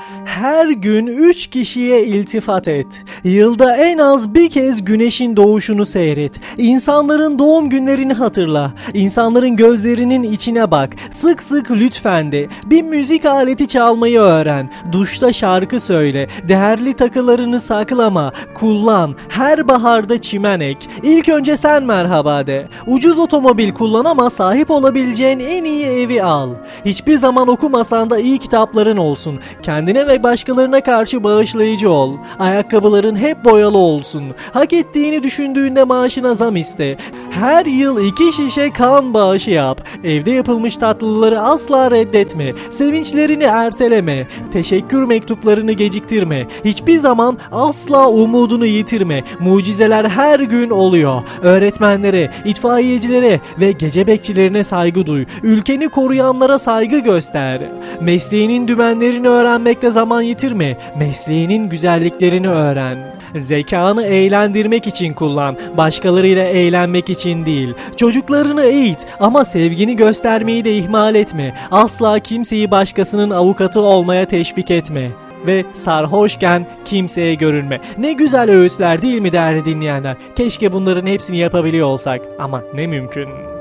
Her gün 3 kişiye iltifat et. Yılda en az bir kez güneşin doğuşunu seyret. İnsanların doğum günlerini hatırla. İnsanların gözlerinin içine bak. Sık sık lütfen de. Bir müzik aleti çalmayı öğren. Duşta şarkı söyle. Değerli takılarını saklama. Kullan. Her baharda çimen ek. İlk önce sen merhaba de. Ucuz otomobil kullan ama sahip olabileceğin en iyi evi al. Hiçbir zaman okumasan da iyi kitapların olsun. Kendine ve başkalarına karşı bağışlayıcı ol. Ayakkabıların hep boyalı olsun. Hak ettiğini düşündüğünde maaşına zam iste. Her yıl 2 şişe kan bağışı yap. Evde yapılmış tatlıları asla reddetme. Sevinçlerini erteleme. Teşekkür mektuplarını geciktirme. Hiçbir zaman asla umudunu yitirme. Mucizeler her gün oluyor. Öğretmenlere, itfaiyecilere ve gece bekçilerine saygı duy. Ülkeni koruyanlara saygı göster. Mesleğinin dümenlerini öğrenmekte zaman yitirme. Mesleğinin güzelliklerini öğren. Zekanı eğlendirmek için kullan. Başkalarıyla eğlenmek için değil. Çocuklarını eğit ama sevgini göstermeyi de ihmal etme. Asla kimseyi başkasının avukatı olmaya teşvik etme. Ve sarhoşken kimseye görünme. Ne güzel öğütler değil mi değerli dinleyenler? Keşke bunların hepsini yapabiliyor olsak ama ne mümkün.